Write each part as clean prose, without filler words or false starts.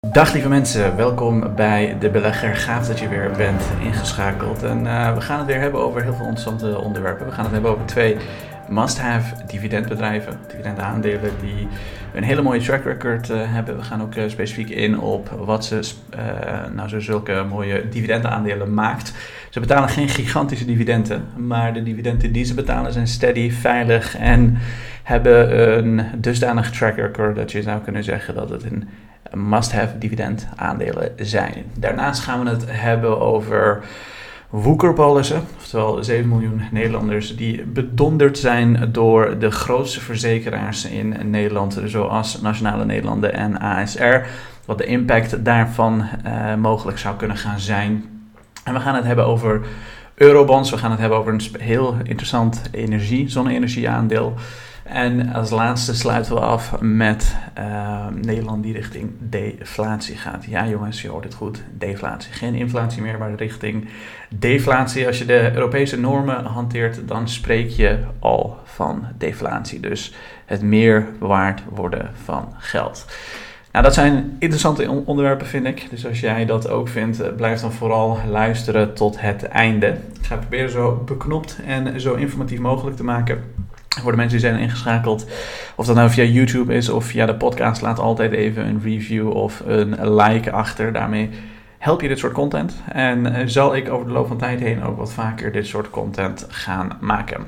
Dag lieve mensen, welkom bij De Belegger. Gaaf dat je weer bent ingeschakeld. En we gaan het weer hebben over heel veel interessante onderwerpen. We gaan het hebben over 2 must-have dividendbedrijven, dividendaandelen die een hele mooie track record hebben. We gaan ook specifiek in op wat zo zulke mooie dividendaandelen maakt. Ze betalen geen gigantische dividenden, maar de dividenden die ze betalen zijn steady, veilig en hebben een dusdanig track record dat je zou kunnen zeggen dat het een must-have dividendaandelen zijn. Daarnaast gaan we het hebben over woekerpolissen, oftewel 7 miljoen Nederlanders die bedonderd zijn door de grootste verzekeraars in Nederland, zoals Nationale Nederlanden en ASR. Wat de impact daarvan mogelijk zou kunnen gaan zijn. En we gaan het hebben over eurobonds, we gaan het hebben over een heel interessant zonne-energie aandeel. En als laatste sluiten we af met Nederland die richting deflatie gaat. Ja jongens, je hoort het goed, deflatie. Geen inflatie meer, maar richting deflatie. Als je de Europese normen hanteert, dan spreek je al van deflatie. Dus het meer waard worden van geld. Nou, dat zijn interessante onderwerpen, vind ik. Dus als jij dat ook vindt, blijf dan vooral luisteren tot het einde. Ik ga proberen zo beknopt en zo informatief mogelijk te maken. Voor de mensen die zijn ingeschakeld, of dat nou via YouTube is of via de podcast, laat altijd even een review of een like achter. Daarmee help je dit soort content. En zal ik over de loop van tijd heen ook wat vaker dit soort content gaan maken.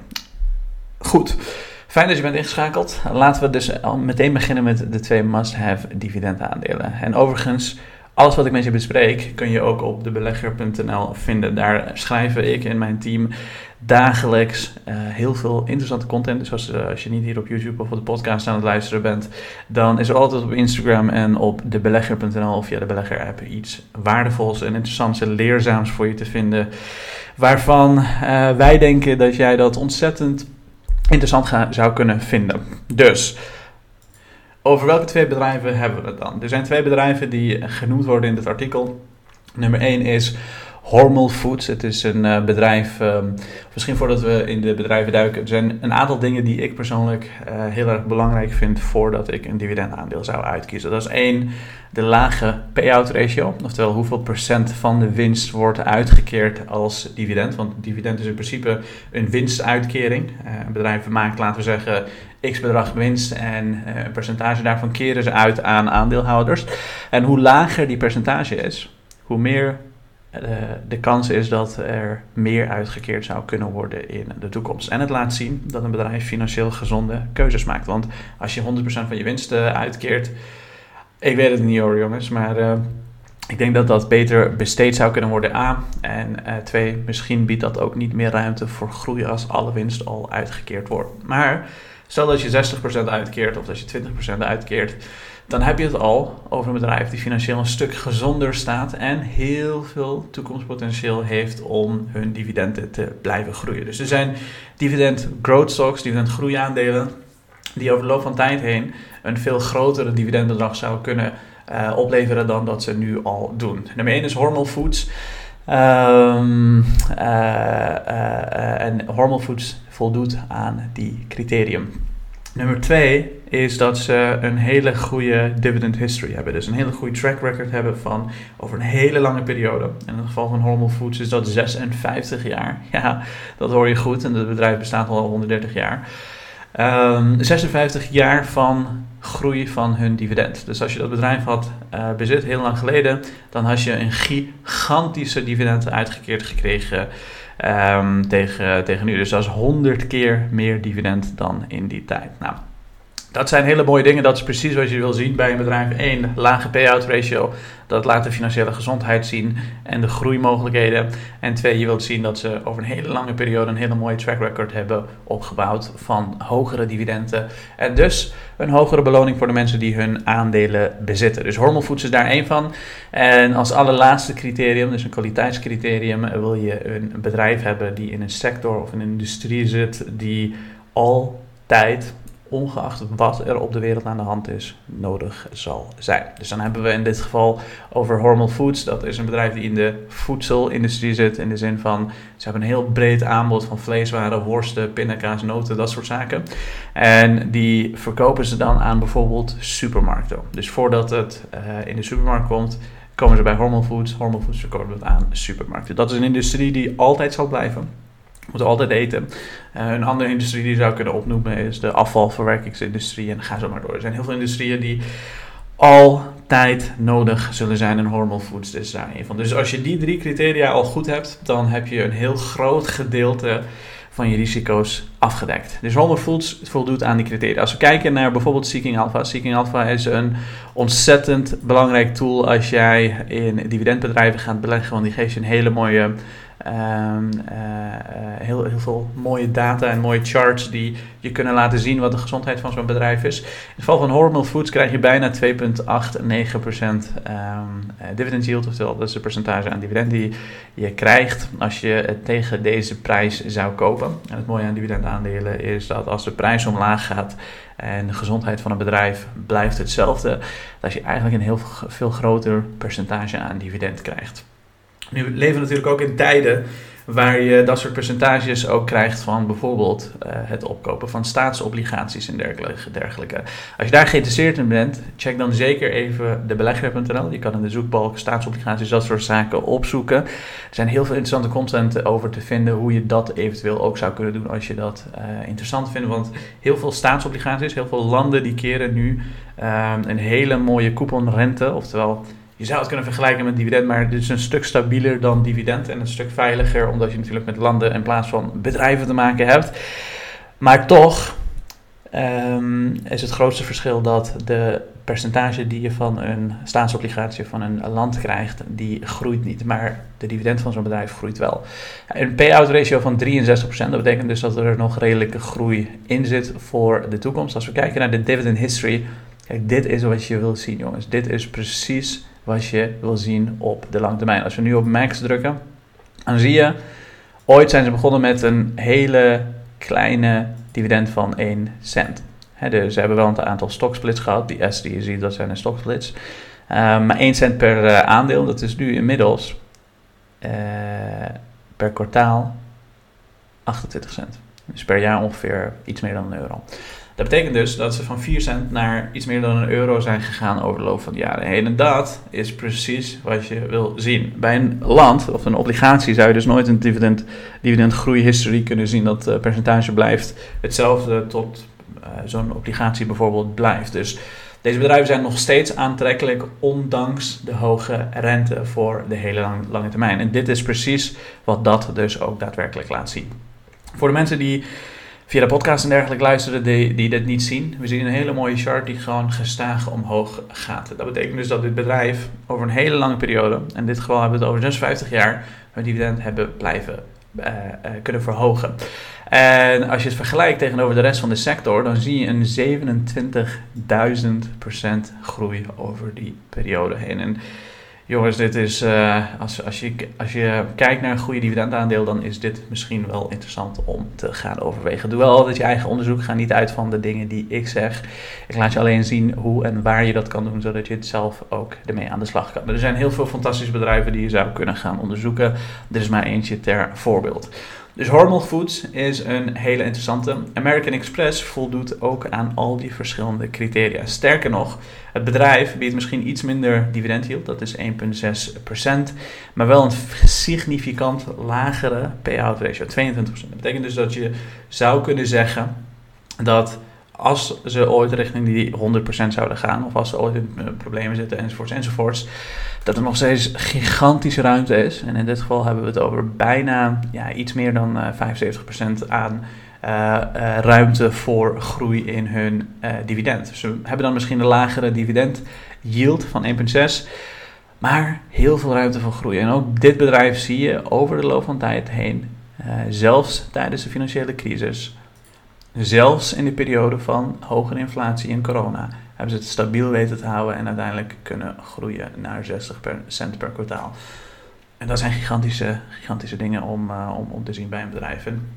Goed, fijn dat je bent ingeschakeld. Laten we dus al meteen beginnen met de 2 must-have dividendaandelen. En overigens, alles wat ik met je bespreek kun je ook op debelegger.nl vinden. Daar schrijven ik en mijn team dagelijks heel veel interessante content. Dus als je niet hier op YouTube of op de podcast aan het luisteren bent, dan is er altijd op Instagram en op debelegger.nl of via de Belegger app iets waardevols en interessants en leerzaams voor je te vinden. Waarvan wij denken dat jij dat ontzettend interessant zou kunnen vinden. Dus over welke 2 bedrijven hebben we het dan? Er zijn 2 bedrijven die genoemd worden in dit artikel. Nummer 1 is Hormel Foods. Het is een bedrijf, misschien voordat we in de bedrijven duiken, er zijn een aantal dingen die ik persoonlijk heel erg belangrijk vind voordat ik een dividendaandeel zou uitkiezen. Dat is 1, de lage payout ratio, oftewel hoeveel procent van de winst wordt uitgekeerd als dividend. Want dividend is in principe een winstuitkering. Een bedrijf maakt, laten we zeggen, x bedrag winst en een percentage daarvan keren ze uit aan aandeelhouders. En hoe lager die percentage is, hoe meer de kans is dat er meer uitgekeerd zou kunnen worden in de toekomst. En het laat zien dat een bedrijf financieel gezonde keuzes maakt. Want als je 100% van je winst uitkeert, ik weet het niet hoor jongens, maar ik denk dat dat beter besteed zou kunnen worden, A. En 2, misschien biedt dat ook niet meer ruimte voor groei als alle winst al uitgekeerd wordt. Maar stel dat je 60% uitkeert of dat je 20% uitkeert, dan heb je het al over een bedrijf die financieel een stuk gezonder staat en heel veel toekomstpotentieel heeft om hun dividenden te blijven groeien. Dus er zijn dividend growth stocks, dividend groeiaandelen, die over de loop van tijd heen een veel grotere dividendbedrag zouden kunnen opleveren dan dat ze nu al doen. Nummer 1 is Hormel Foods. En Hormel Foods voldoet aan die criterium. Nummer 2 is dat ze een hele goede dividend history hebben. Dus een hele goede track record hebben van over een hele lange periode. In het geval van Hormel Foods is dat 56 jaar. Ja, dat hoor je goed. En het bedrijf bestaat al 130 jaar. 56 jaar van groei van hun dividend. Dus als je dat bedrijf had bezit heel lang geleden, dan had je een gigantische dividend uitgekeerd gekregen tegen nu. Dus dat is 100 keer meer dividend dan in die tijd. Nou, dat zijn hele mooie dingen. Dat is precies wat je wil zien bij een bedrijf. 1, lage payout ratio. Dat laat de financiële gezondheid zien en de groeimogelijkheden. En 2, je wilt zien dat ze over een hele lange periode een hele mooie track record hebben opgebouwd van hogere dividenden. En dus een hogere beloning voor de mensen die hun aandelen bezitten. Dus Hormel Foods is daar 1 van. En als allerlaatste criterium, dus een kwaliteitscriterium, wil je een bedrijf hebben die in een sector of een industrie zit die altijd ongeacht wat er op de wereld aan de hand is, nodig zal zijn. Dus dan hebben we in dit geval over Hormel Foods. Dat is een bedrijf die in de voedselindustrie zit, in de zin van ze hebben een heel breed aanbod van vleeswaren, worsten, pindakaas, noten, dat soort zaken. En die verkopen ze dan aan bijvoorbeeld supermarkten. Dus voordat het in de supermarkt komt, komen ze bij Hormel Foods. Hormel Foods verkopen het aan supermarkten. Dat is een industrie die altijd zal blijven. We moeten altijd eten. Een andere industrie die je zou kunnen opnoemen is de afvalverwerkingsindustrie. En ga zo maar door. Er zijn heel veel industrieën die altijd nodig zullen zijn. En Hormel Foods is daar een van. Dus als je die 3 criteria al goed hebt, dan heb je een heel groot gedeelte van je risico's afgedekt. Dus Hormel Foods voldoet aan die criteria. Als we kijken naar bijvoorbeeld Seeking Alpha. Seeking Alpha is een ontzettend belangrijk tool als jij in dividendbedrijven gaat beleggen. Want die geeft je een hele mooie heel veel mooie data en mooie charts die je kunnen laten zien wat de gezondheid van zo'n bedrijf is. In het geval van Hormel Foods krijg je bijna 2,89% dividend yield, oftewel dat is het percentage aan dividend die je krijgt als je het tegen deze prijs zou kopen. En het mooie aan dividendaandelen is dat als de prijs omlaag gaat en de gezondheid van een bedrijf blijft hetzelfde, dat je eigenlijk een heel veel groter percentage aan dividend krijgt. Nu leven we natuurlijk ook in tijden waar je dat soort percentages ook krijgt van bijvoorbeeld het opkopen van staatsobligaties en dergelijke. Als je daar geïnteresseerd in bent, check dan zeker even debelegger.nl. Je kan in de zoekbalk staatsobligaties, dat soort zaken opzoeken. Er zijn heel veel interessante content over te vinden hoe je dat eventueel ook zou kunnen doen als je dat interessant vindt. Want heel veel staatsobligaties, heel veel landen die keren nu een hele mooie couponrente, oftewel je zou het kunnen vergelijken met dividend, maar dit is een stuk stabieler dan dividend en een stuk veiliger, omdat je natuurlijk met landen in plaats van bedrijven te maken hebt. Maar toch is het grootste verschil dat de percentage die je van een staatsobligatie van een land krijgt, die groeit niet, maar de dividend van zo'n bedrijf groeit wel. Een payout ratio van 63%, dat betekent dus dat er nog redelijke groei in zit voor de toekomst. Als we kijken naar de dividend history, kijk, dit is wat je wil zien, jongens. Dit is precies wat je wil zien op de lange termijn. Als we nu op max drukken, dan zie je, ooit zijn ze begonnen met een hele kleine dividend van 1 cent. Dus ze hebben wel een aantal stocksplits gehad. Die S die je ziet, dat zijn de stocksplits. Maar 1 cent per aandeel, dat is nu inmiddels per kwartaal 28 cent. Dus per jaar ongeveer iets meer dan €1. Dat betekent dus dat ze van 4 cent naar iets meer dan €1 zijn gegaan over de loop van de jaren heen. En dat is precies wat je wil zien. Bij een land of een obligatie zou je dus nooit een dividendgroei-history kunnen zien. Dat percentage blijft hetzelfde tot zo'n obligatie bijvoorbeeld blijft. Dus deze bedrijven zijn nog steeds aantrekkelijk, ondanks de hoge rente voor de hele lange termijn. En dit is precies wat dat dus ook daadwerkelijk laat zien. Voor de mensen die via de podcast en dergelijke luisteren die dit niet zien, we zien een hele mooie chart die gewoon gestaag omhoog gaat. Dat betekent dus dat dit bedrijf over een hele lange periode, in dit geval hebben we het over 56 jaar, hun dividend hebben blijven kunnen verhogen. En als je het vergelijkt tegenover de rest van de sector, dan zie je een 27.000% groei over die periode heen. En jongens, dit is, als je kijkt naar een goede dividendaandeel, dan is dit misschien wel interessant om te gaan overwegen. Doe wel altijd je eigen onderzoek. Ga niet uit van de dingen die ik zeg. Ik laat je alleen zien hoe en waar je dat kan doen, zodat je het zelf ook ermee aan de slag kan. Er zijn heel veel fantastische bedrijven die je zou kunnen gaan onderzoeken. Dit is maar eentje ter voorbeeld. Dus Hormel Foods is een hele interessante. American Express voldoet ook aan al die verschillende criteria. Sterker nog, het bedrijf biedt misschien iets minder dividend yield, dat is 1,6%, maar wel een significant lagere payout ratio, 22%. Dat betekent dus dat je zou kunnen zeggen dat als ze ooit richting die 100% zouden gaan, of als ze ooit in problemen zitten, enzovoorts, dat er nog steeds gigantische ruimte is. En in dit geval hebben we het over bijna iets meer dan 75% aan ruimte voor groei in hun dividend. Dus we hebben dan misschien een lagere dividend yield van 1,6, maar heel veel ruimte voor groei. En ook dit bedrijf zie je over de loop van tijd heen, zelfs tijdens de financiële crisis, zelfs in de periode van hogere inflatie en corona, hebben ze het stabiel weten te houden en uiteindelijk kunnen groeien naar 60 cent per kwartaal. En dat zijn gigantische dingen om te zien bij een bedrijf. En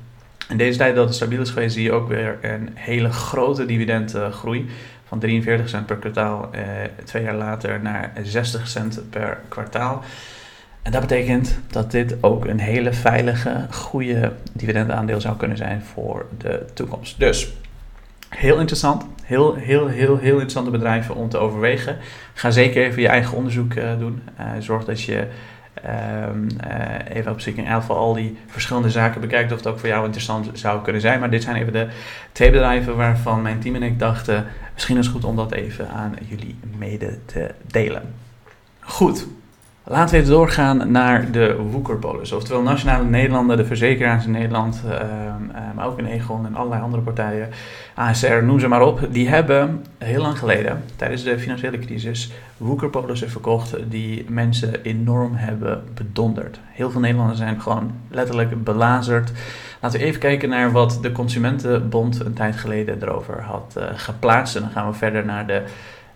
In deze tijd dat het stabiel is geweest, zie je ook weer een hele grote dividendgroei. Van 43 cent per kwartaal 2 jaar later naar 60 cent per kwartaal. En dat betekent dat dit ook een hele veilige, goede dividendaandeel zou kunnen zijn voor de toekomst. Dus heel interessant. Heel interessante bedrijven om te overwegen. Ga zeker even je eigen onderzoek doen. Zorg dat je even op Seeking Alpha al die verschillende zaken bekijkt of het ook voor jou interessant zou kunnen zijn. Maar dit zijn even de 2 bedrijven waarvan mijn team en ik dachten, misschien is het goed om dat even aan jullie mede te delen. Goed. Laten we even doorgaan naar de Woekerpolis, oftewel Nationale Nederlanden, de verzekeraars in Nederland, maar ook in Aegon en allerlei andere partijen, ASR, noem ze maar op. Die hebben heel lang geleden, tijdens de financiële crisis, Woekerpolissen verkocht die mensen enorm hebben bedonderd. Heel veel Nederlanders zijn gewoon letterlijk belazerd. Laten we even kijken naar wat de Consumentenbond een tijd geleden erover had geplaatst. En dan gaan we verder naar de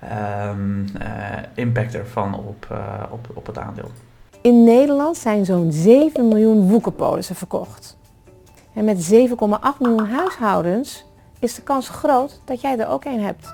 impact ervan op het aandeel. In Nederland zijn zo'n 7 miljoen Woekerpolissen verkocht. En met 7,8 miljoen huishoudens is de kans groot dat jij er ook een hebt.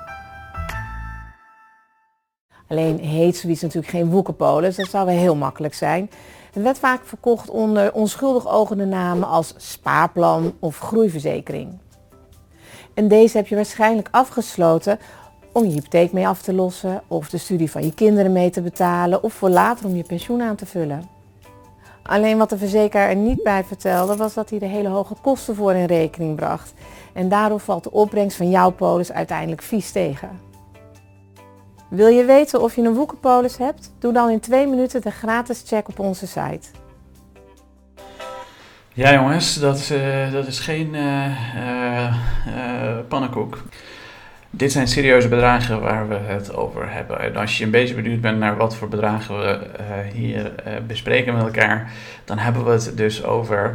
Alleen heet zoiets natuurlijk geen Woekerpolis, dat zou wel heel makkelijk zijn. Het werd vaak verkocht onder onschuldig ogende namen als spaarplan of groeiverzekering. En deze heb je waarschijnlijk afgesloten om je hypotheek mee af te lossen, of de studie van je kinderen mee te betalen, of voor later om je pensioen aan te vullen. Alleen wat de verzekeraar er niet bij vertelde, was dat hij de hele hoge kosten voor in rekening bracht. En daardoor valt de opbrengst van jouw polis uiteindelijk vies tegen. Wil je weten of je een Woekerpolis hebt? Doe dan in 2 minuten de gratis check op onze site. Ja jongens, dat is geen pannenkoek. Dit zijn serieuze bedragen waar we het over hebben. En als je een beetje benieuwd bent naar wat voor bedragen we hier bespreken met elkaar, dan hebben we het dus over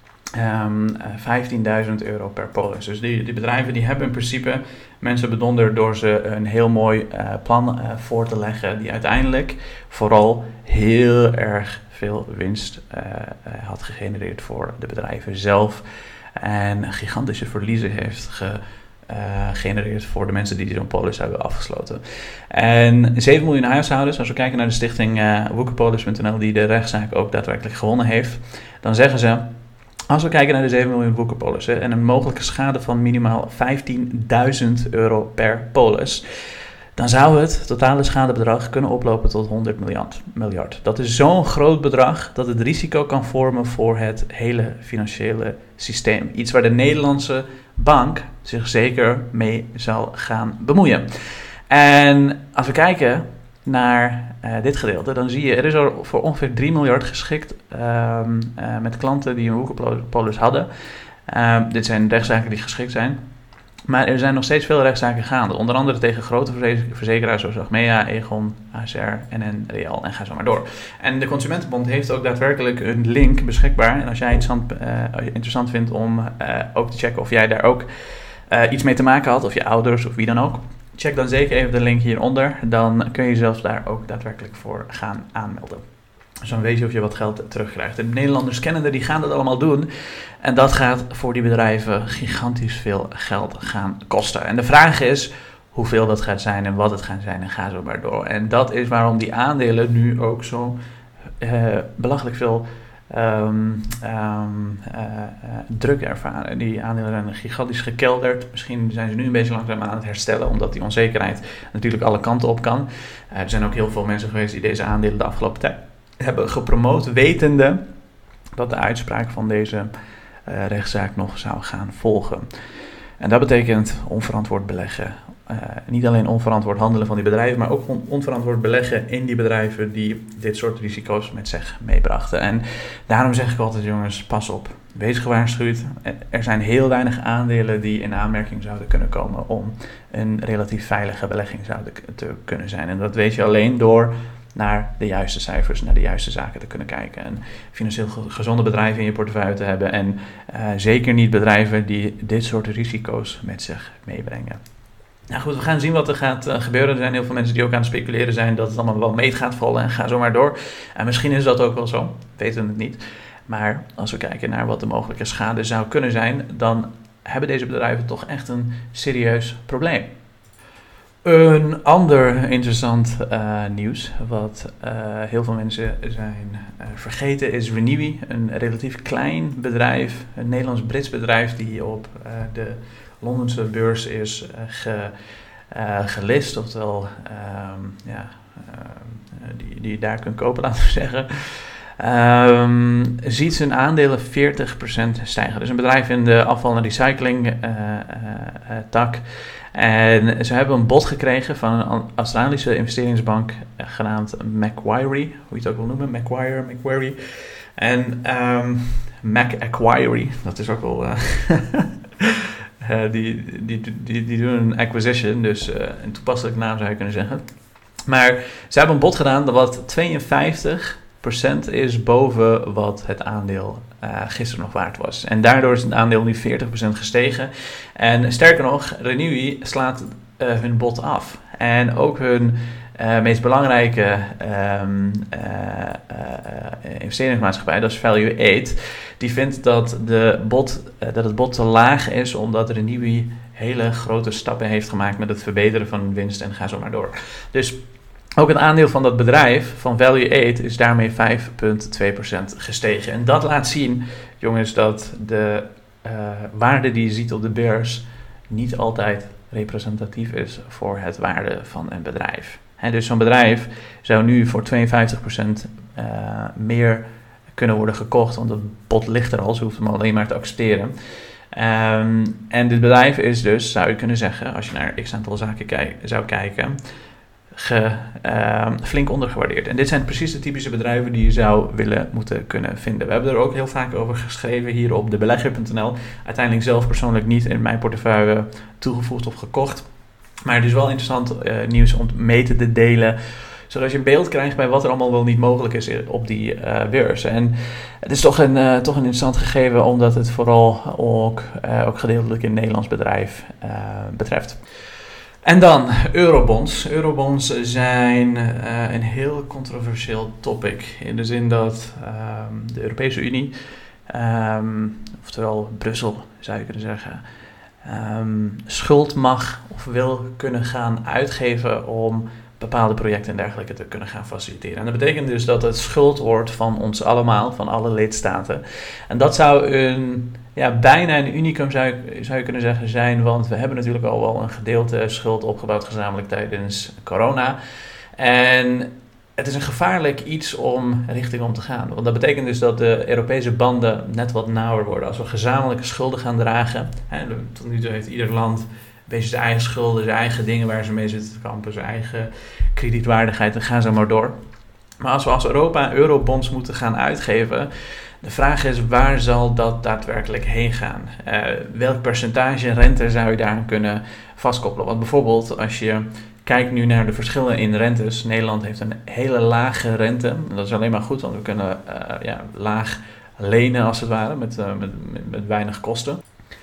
€15.000 per polis. Dus die bedrijven die hebben in principe mensen bedonderd door ze een heel mooi plan voor te leggen, die uiteindelijk vooral heel erg veel winst had gegenereerd voor de bedrijven zelf en gigantische verliezen heeft gegenereerd voor de mensen die zo'n polis hebben afgesloten. En 7 miljoen huishoudens, als we kijken naar de stichting Woekerpolis.nl die de rechtszaak ook daadwerkelijk gewonnen heeft, dan zeggen ze, als we kijken naar de 7 miljoen Woekerpolissen en een mogelijke schade van minimaal €15.000 per polis, dan zou het totale schadebedrag kunnen oplopen tot 100 miljard. Dat is zo'n groot bedrag dat het risico kan vormen voor het hele financiële systeem. Iets waar de Nederlandse bank zich zeker mee zal gaan bemoeien. En als we kijken naar dit gedeelte, dan zie je, er is er voor ongeveer 3 miljard geschikt met klanten die een Woekerpolis hadden. Dit zijn rechtszaken die geschikt zijn. Maar er zijn nog steeds veel rechtszaken gaande. Onder andere tegen grote verzekeraars zoals Achmea, Aegon, ASR, NN, Real en ga zo maar door. En de Consumentenbond heeft ook daadwerkelijk een link beschikbaar. En als jij interessant vindt om ook te checken of jij daar ook iets mee te maken had, of je ouders of wie dan ook, check dan zeker even de link hieronder. Dan kun je zelfs daar ook daadwerkelijk voor gaan aanmelden. Dus dan weet je of je wat geld terugkrijgt. De Nederlanders kennende, die gaan dat allemaal doen. En dat gaat voor die bedrijven gigantisch veel geld gaan kosten. En de vraag is hoeveel dat gaat zijn en wat het gaat zijn en ga zo maar door. En dat is waarom die aandelen nu ook zo belachelijk veel druk ervaren. Die aandelen zijn gigantisch gekelderd. Misschien zijn ze nu een beetje langzaam aan het herstellen, omdat die onzekerheid natuurlijk alle kanten op kan. Er zijn ook heel veel mensen geweest die deze aandelen de afgelopen tijd hebben gepromoot, wetende dat de uitspraak van deze rechtszaak nog zou gaan volgen. En dat betekent onverantwoord beleggen. Niet alleen onverantwoord handelen van die bedrijven, maar ook onverantwoord beleggen in die bedrijven die dit soort risico's met zich meebrachten. En daarom zeg ik altijd, jongens, pas op. Wees gewaarschuwd. Er zijn heel weinig aandelen die in aanmerking zouden kunnen komen om een relatief veilige belegging zouden te kunnen zijn. En dat weet je alleen door naar de juiste cijfers, naar de juiste zaken te kunnen kijken. En financieel gezonde bedrijven in je portefeuille te hebben. En zeker niet bedrijven die dit soort risico's met zich meebrengen. Nou goed, we gaan zien wat er gaat gebeuren. Er zijn heel veel mensen die ook aan het speculeren zijn dat het allemaal wel mee gaat vallen en ga zo maar door. En misschien is dat ook wel zo, weten we het niet. Maar als we kijken naar wat de mogelijke schade zou kunnen zijn, dan hebben deze bedrijven toch echt een serieus probleem. Een ander interessant nieuws, wat heel veel mensen zijn vergeten, is Renewi, een relatief klein bedrijf, een Nederlands-Brits bedrijf die op de Londense beurs is gelist, oftewel die je daar kunt kopen, laten we zeggen. Ziet zijn aandelen 40% stijgen. Dus een bedrijf in de afval- en recycling tak. En ze hebben een bod gekregen van een Australische investeringsbank genaamd Macquarie, hoe je het ook wil noemen, Macquarie. En Macquarie, dat is ook wel... die doen een acquisition, dus een toepasselijke naam zou je kunnen zeggen. Maar ze hebben een bod gedaan wat 52% is boven wat het aandeel gisteren nog waard was. En daardoor is het aandeel nu 40% gestegen. En sterker nog, Renewi slaat hun bod af. En ook hun meest belangrijke investeringsmaatschappij, dat is Value8, die vindt dat het bod te laag is, omdat Renewi hele grote stappen heeft gemaakt met het verbeteren van winst en ga zo maar door. Dus ook het aandeel van dat bedrijf, van Value8, is daarmee 5,2% gestegen. En dat laat zien, jongens, dat de waarde die je ziet op de beurs niet altijd representatief is voor het waarde van een bedrijf. En dus zo'n bedrijf zou nu voor 52% meer kunnen worden gekocht, want het bod ligt er al, ze hoeft hem alleen maar te accepteren. En dit bedrijf is dus, zou je kunnen zeggen, als je naar x aantal zaken zou kijken, flink ondergewaardeerd. En dit zijn precies de typische bedrijven die je zou moeten kunnen vinden. We hebben er ook heel vaak over geschreven hier op debelegger.nl. Uiteindelijk zelf persoonlijk niet in mijn portefeuille toegevoegd of gekocht. Maar het is wel interessant nieuws om mee te delen, zodat je een beeld krijgt bij wat er allemaal wel niet mogelijk is op die beurs. En het is toch een interessant gegeven, omdat het vooral ook gedeeltelijk een Nederlands bedrijf betreft. En dan eurobonds. Eurobonds zijn een heel controversieel topic. In de zin dat de Europese Unie, oftewel Brussel zou je kunnen zeggen, schuld mag of wil kunnen gaan uitgeven om bepaalde projecten en dergelijke te kunnen gaan faciliteren. En dat betekent dus dat het schuld wordt van ons allemaal, van alle lidstaten. En dat zou bijna een unicum zou je kunnen zeggen zijn, want we hebben natuurlijk al wel een gedeelte schuld opgebouwd gezamenlijk tijdens corona. En het is een gevaarlijk iets om richting om te gaan. Want dat betekent dus dat de Europese banden net wat nauwer worden. Als we gezamenlijke schulden gaan dragen, tot nu toe heeft ieder land een beetje zijn eigen schulden, zijn eigen dingen waar ze mee zitten te kampen, zijn eigen kredietwaardigheid en gaan zo maar door. Maar als we als Europa eurobonds moeten gaan uitgeven, de vraag is, waar zal dat daadwerkelijk heen gaan? Welk percentage rente zou je daaraan kunnen vastkoppelen? Want bijvoorbeeld als je kijkt nu naar de verschillen in rentes. Nederland heeft een hele lage rente. Dat is alleen maar goed, want we kunnen laag lenen als het ware, met weinig kosten.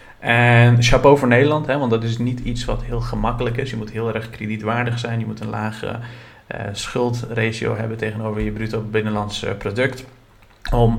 En chapeau voor Nederland, want dat is niet iets wat heel gemakkelijk is. Je moet heel erg kredietwaardig zijn. Je moet een lage schuldratio hebben tegenover je bruto binnenlands product. Om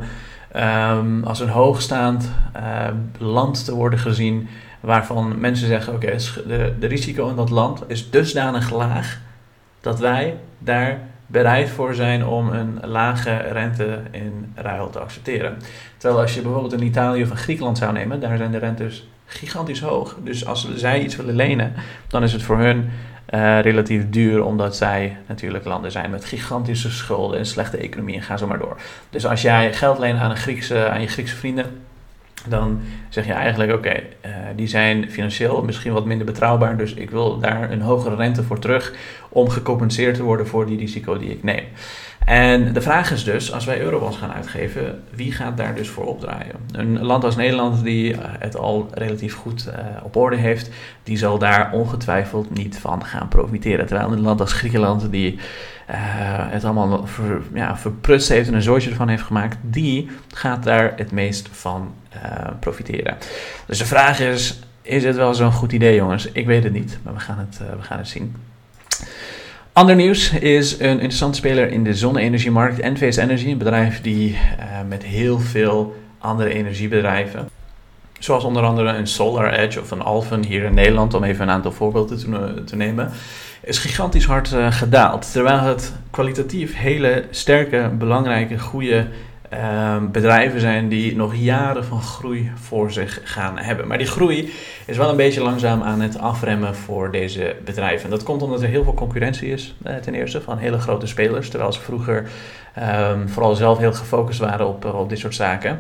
als een hoogstaand land te worden gezien, waarvan mensen zeggen, oké, de risico in dat land is dusdanig laag dat wij daar bereid voor zijn om een lage rente in ruil te accepteren. Terwijl als je bijvoorbeeld in Italië of in Griekenland zou nemen, daar zijn de rentes gigantisch hoog. Dus als zij iets willen lenen, dan is het voor hun relatief duur, omdat zij natuurlijk landen zijn met gigantische schulden en slechte economie en ga zo maar door. Dus als jij geld leent aan je Griekse vrienden, dan zeg je eigenlijk, oké, die zijn financieel misschien wat minder betrouwbaar, dus ik wil daar een hogere rente voor terug om gecompenseerd te worden voor die risico die ik neem. En de vraag is dus, als wij eurobonds gaan uitgeven, wie gaat daar dus voor opdraaien? Een land als Nederland die het al relatief goed op orde heeft, die zal daar ongetwijfeld niet van gaan profiteren. Terwijl een land als Griekenland die het allemaal verprutst heeft en een zooitje ervan heeft gemaakt, die gaat daar het meest van profiteren. Dus de vraag is het wel zo'n goed idee, jongens? Ik weet het niet, maar we gaan het zien. Ander nieuws is een interessante speler in de zonne-energiemarkt, Enphase Energy, een bedrijf die met heel veel andere energiebedrijven, zoals onder andere een Solar Edge of een Alfen hier in Nederland, om even een aantal voorbeelden te nemen, is gigantisch hard gedaald. Terwijl het kwalitatief hele sterke, belangrijke, goede bedrijven zijn die nog jaren van groei voor zich gaan hebben. Maar die groei is wel een beetje langzaam aan het afremmen voor deze bedrijven. En dat komt omdat er heel veel concurrentie is, ten eerste, van hele grote spelers. Terwijl ze vroeger vooral zelf heel gefocust waren op dit soort zaken.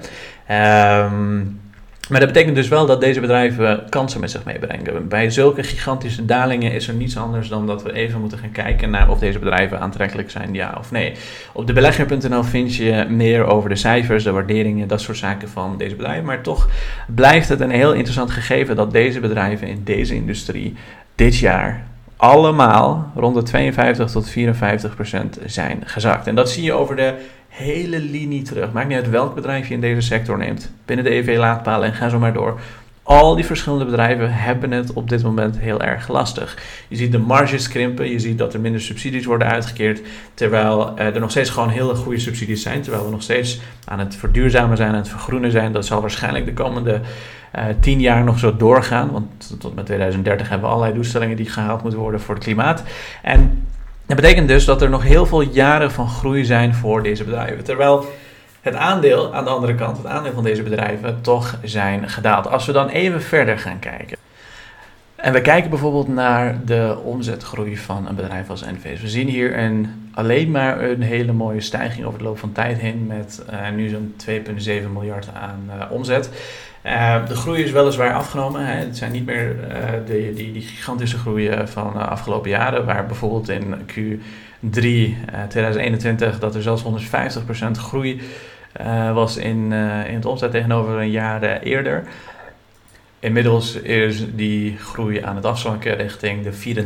Maar dat betekent dus wel dat deze bedrijven kansen met zich meebrengen. Bij zulke gigantische dalingen is er niets anders dan dat we even moeten gaan kijken naar of deze bedrijven aantrekkelijk zijn, ja of nee. Op debelegger.nl vind je meer over de cijfers, de waarderingen, dat soort zaken van deze bedrijven. Maar toch blijft het een heel interessant gegeven dat deze bedrijven in deze industrie dit jaar allemaal rond de 52 tot 54% zijn gezakt. En dat zie je over de hele linie terug. Maakt niet uit welk bedrijf je in deze sector neemt. Binnen de EV-laadpalen en ga zo maar door. Al die verschillende bedrijven hebben het op dit moment heel erg lastig. Je ziet de marges krimpen. Je ziet dat er minder subsidies worden uitgekeerd. Terwijl er nog steeds gewoon hele goede subsidies zijn. Terwijl we nog steeds aan het verduurzamen zijn, aan het vergroenen zijn. Dat zal waarschijnlijk de komende 10 jaar nog zo doorgaan. Want tot met 2030 hebben we allerlei doelstellingen die gehaald moeten worden voor het klimaat. En dat betekent dus dat er nog heel veel jaren van groei zijn voor deze bedrijven. Terwijl het aandeel, aan de andere kant, het aandeel van deze bedrijven toch zijn gedaald. Als we dan even verder gaan kijken. En we kijken bijvoorbeeld naar de omzetgroei van een bedrijf als Enphase. We zien hier alleen maar een hele mooie stijging over de loop van tijd heen met nu zo'n 2,7 miljard aan omzet. De groei is weliswaar afgenomen. Hè. Het zijn niet meer die gigantische groei van de afgelopen jaren, waar bijvoorbeeld in Q3 2021 dat er zelfs 150% groei was in het omzet tegenover een jaar eerder. Inmiddels is die groei aan het afzwakken richting de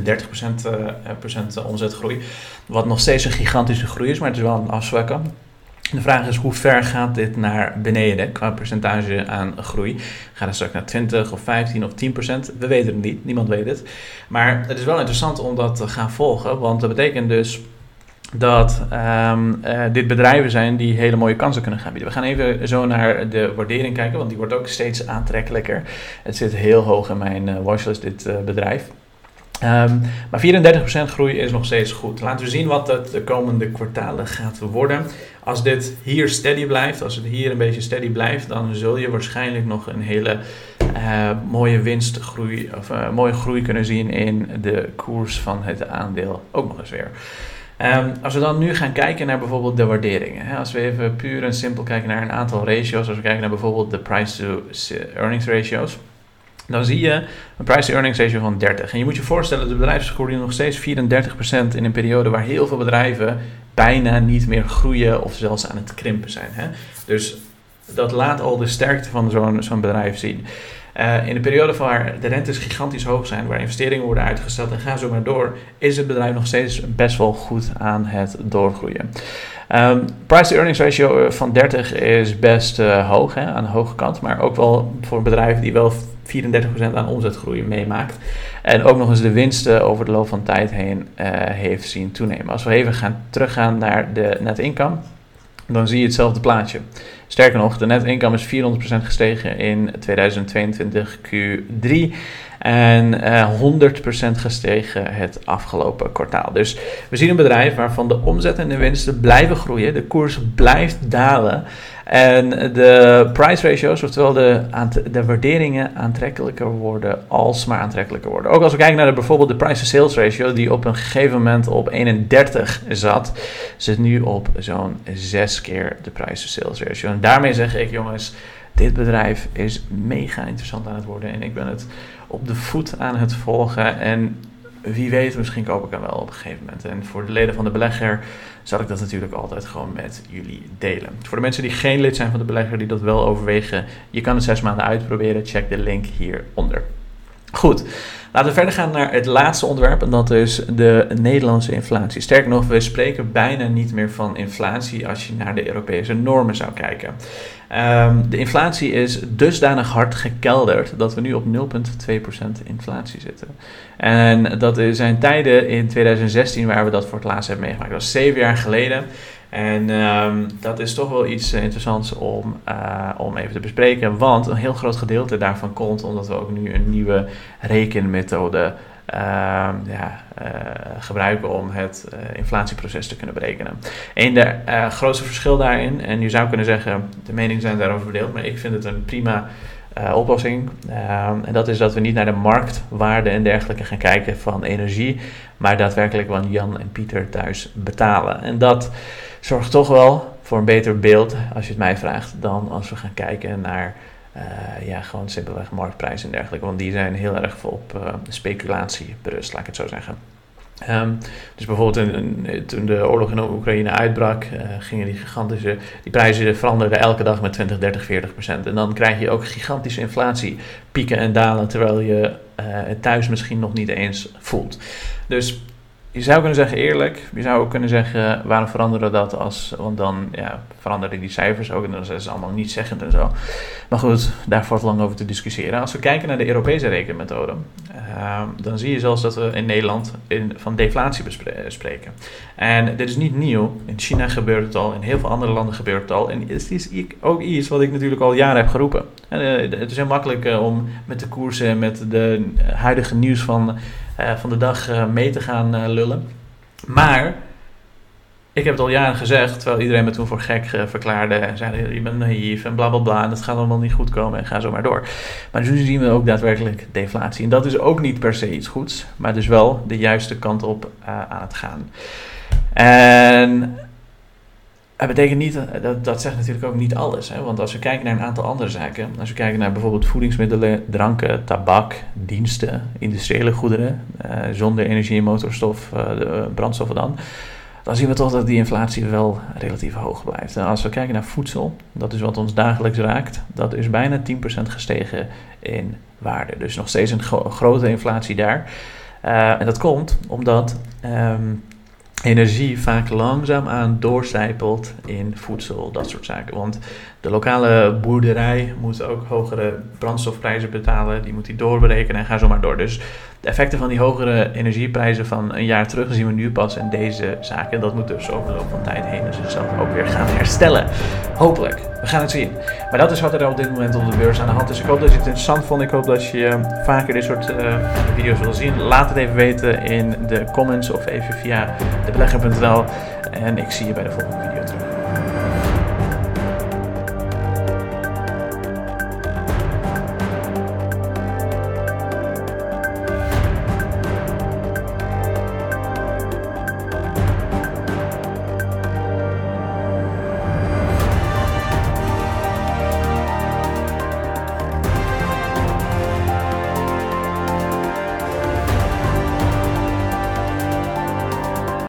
34% omzetgroei. Wat nog steeds een gigantische groei is, maar het is wel aan het afzwakken. De vraag is, hoe ver gaat dit naar beneden qua percentage aan groei? Gaat het straks naar 20 of 15 of 10%? We weten het niet, niemand weet het. Maar het is wel interessant om dat te gaan volgen, want dat betekent dus dat dit bedrijven zijn die hele mooie kansen kunnen gaan bieden. We gaan even zo naar de waardering kijken, want die wordt ook steeds aantrekkelijker. Het zit heel hoog in mijn watchlist, dit bedrijf. Maar 34% groei is nog steeds goed. Laten we zien wat het de komende kwartalen gaat worden. Als dit hier steady blijft, als het hier een beetje steady blijft, dan zul je waarschijnlijk nog een hele mooie winstgroei of mooie groei kunnen zien in de koers van het aandeel ook nog eens weer. Als we dan nu gaan kijken naar bijvoorbeeld de waarderingen. Hè, als we even puur en simpel kijken naar een aantal ratio's. Als we kijken naar bijvoorbeeld de price to earnings ratio's. Dan zie je een price to earnings ratio van 30. En je moet je voorstellen, de bedrijfsgroei nog steeds 34% in een periode waar heel veel bedrijven bijna niet meer groeien of zelfs aan het krimpen zijn. Hè? Dus dat laat al de sterkte van zo'n bedrijf zien. In de periode waar de rentes gigantisch hoog zijn, waar investeringen worden uitgesteld en ga zo maar door, is het bedrijf nog steeds best wel goed aan het doorgroeien. Price to earnings ratio van 30 is best hoog, hè, aan de hoge kant, maar ook wel voor een bedrijf die wel 34% aan omzetgroei meemaakt. En ook nog eens de winsten over de loop van tijd heen heeft zien toenemen. Als we even teruggaan naar de net income, dan zie je hetzelfde plaatje. Sterker nog, de net income is 400% gestegen in 2022 Q3 en 100% gestegen het afgelopen kwartaal. Dus we zien een bedrijf waarvan de omzet en de winsten blijven groeien, de koers blijft dalen en de price ratios, oftewel de waarderingen aantrekkelijker worden, alsmaar aantrekkelijker worden. Ook als we kijken naar bijvoorbeeld de price to sales ratio, die op een gegeven moment op 31 zit nu op zo'n 6 keer de price to sales ratio. En daarmee zeg ik, jongens, dit bedrijf is mega interessant aan het worden en ik ben het op de voet aan het volgen en wie weet, misschien koop ik hem wel op een gegeven moment. En voor de leden van de belegger zal ik dat natuurlijk altijd gewoon met jullie delen. Voor de mensen die geen lid zijn van de belegger, die dat wel overwegen, je kan het 6 maanden uitproberen. Check de link hieronder. Goed, laten we verder gaan naar het laatste onderwerp en dat is de Nederlandse inflatie. Sterker nog, we spreken bijna niet meer van inflatie als je naar de Europese normen zou kijken. De inflatie is dusdanig hard gekelderd dat we nu op 0,2% inflatie zitten. En dat zijn tijden in 2016 waar we dat voor het laatst hebben meegemaakt. Dat was 7 jaar geleden. En dat is toch wel iets interessants om even te bespreken. Want een heel groot gedeelte daarvan komt omdat we ook nu een nieuwe rekenmethode gebruiken om het inflatieproces te kunnen berekenen. De grootste verschil daarin, en je zou kunnen zeggen, de meningen zijn daarover verdeeld, maar ik vind het een prima oplossing. En dat is dat we niet naar de marktwaarde en dergelijke gaan kijken van energie, maar daadwerkelijk wat Jan en Pieter thuis betalen. En dat zorgt toch wel voor een beter beeld, als je het mij vraagt, dan als we gaan kijken naar gewoon simpelweg marktprijs en dergelijke. Want die zijn heel erg op speculatie berust, laat ik het zo zeggen. Dus bijvoorbeeld toen de oorlog in Oekraïne uitbrak, gingen die prijzen veranderden elke dag met 20, 30, 40%. En dan krijg je ook gigantische inflatie, pieken en dalen, terwijl je het thuis misschien nog niet eens voelt. Dus je zou kunnen zeggen eerlijk, je zou ook kunnen zeggen waarom veranderen dat want dan veranderen die cijfers ook en dan zijn ze allemaal niet zeggend en zo. Maar goed, daar valt lang over te discussiëren. Als we kijken naar de Europese rekenmethode, dan zie je zelfs dat we in Nederland van deflatie spreken. En dit is niet nieuw. In China gebeurt het al, in heel veel andere landen gebeurt het al. En het is ook iets wat ik natuurlijk al jaren heb geroepen. Het is heel makkelijk om met de koersen en met de huidige nieuws van de dag mee te gaan lullen. Maar ik heb het al jaren gezegd, terwijl iedereen me toen voor gek verklaarde en zei je bent naïef en bla bla bla en dat gaat allemaal niet goed komen en ga zo maar door. Maar nu zien we ook daadwerkelijk deflatie. En dat is ook niet per se iets goeds, maar dus wel de juiste kant op aan het gaan. En dat betekent niet, dat zegt natuurlijk ook niet alles. Hè? Want als we kijken naar een aantal andere zaken, als we kijken naar bijvoorbeeld voedingsmiddelen, dranken, tabak, diensten, industriële goederen, zonder energie en motorstof, brandstoffen dan zien we toch dat die inflatie wel relatief hoog blijft. En als we kijken naar voedsel, dat is wat ons dagelijks raakt, dat is bijna 10% gestegen in waarde. Dus nog steeds een grote inflatie daar. En dat komt omdat energie vaak langzaamaan doorcijpelt in voedsel, dat soort zaken. Want de lokale boerderij moet ook hogere brandstofprijzen betalen, die moet die doorberekenen en ga zo maar door. Dus de effecten van die hogere energieprijzen van een jaar terug zien we nu pas in deze zaken. Dat moet dus over de loop van tijd heen zichzelf ook weer gaan herstellen. Hopelijk. We gaan het zien. Maar dat is wat er op dit moment op de beurs aan de hand is. Ik hoop dat je het interessant vond. Ik hoop dat je vaker dit soort video's wil zien. Laat het even weten in de comments of even via debelegger.nl. En ik zie je bij de volgende video terug.